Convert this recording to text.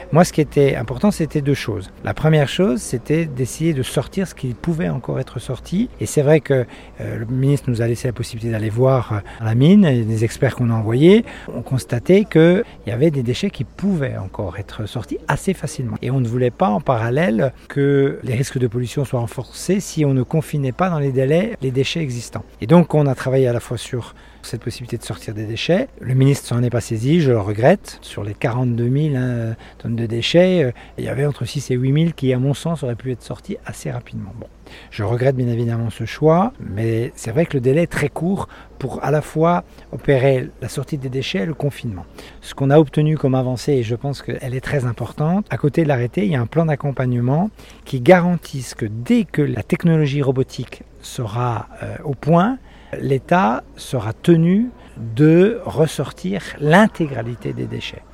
Moi, ce qui était important, c'était 2 choses. La première chose, c'était d'essayer de sortir ce qui pouvait encore être sorti. Et c'est vrai que le ministre nous a laissé la possibilité d'aller voir la mine, et les experts qu'on a envoyés ont constaté qu'il y avait des déchets qui pouvaient encore être sortis assez facilement. Et on ne voulait pas en parallèle que les risques de pollution soient renforcés si on ne confinait pas dans les délais les déchets existants. Et donc on a travaillé à la fois sur cette possibilité de sortir des déchets. Le ministre s'en est pas saisi, je le regrette. Sur les 42 000 tonnes de déchets, il y avait entre 6 et 8 000 qui, à mon sens, auraient pu être sortis assez rapidement. Bon, je regrette bien évidemment ce choix, mais c'est vrai que le délai est très court pour à la fois opérer la sortie des déchets et le confinement. Ce qu'on a obtenu comme avancée, et je pense qu'elle est très importante, à côté de l'arrêté, il y a un plan d'accompagnement qui garantisse que dès que la technologie robotique sera au point, l'État sera tenu de ressortir l'intégralité des déchets.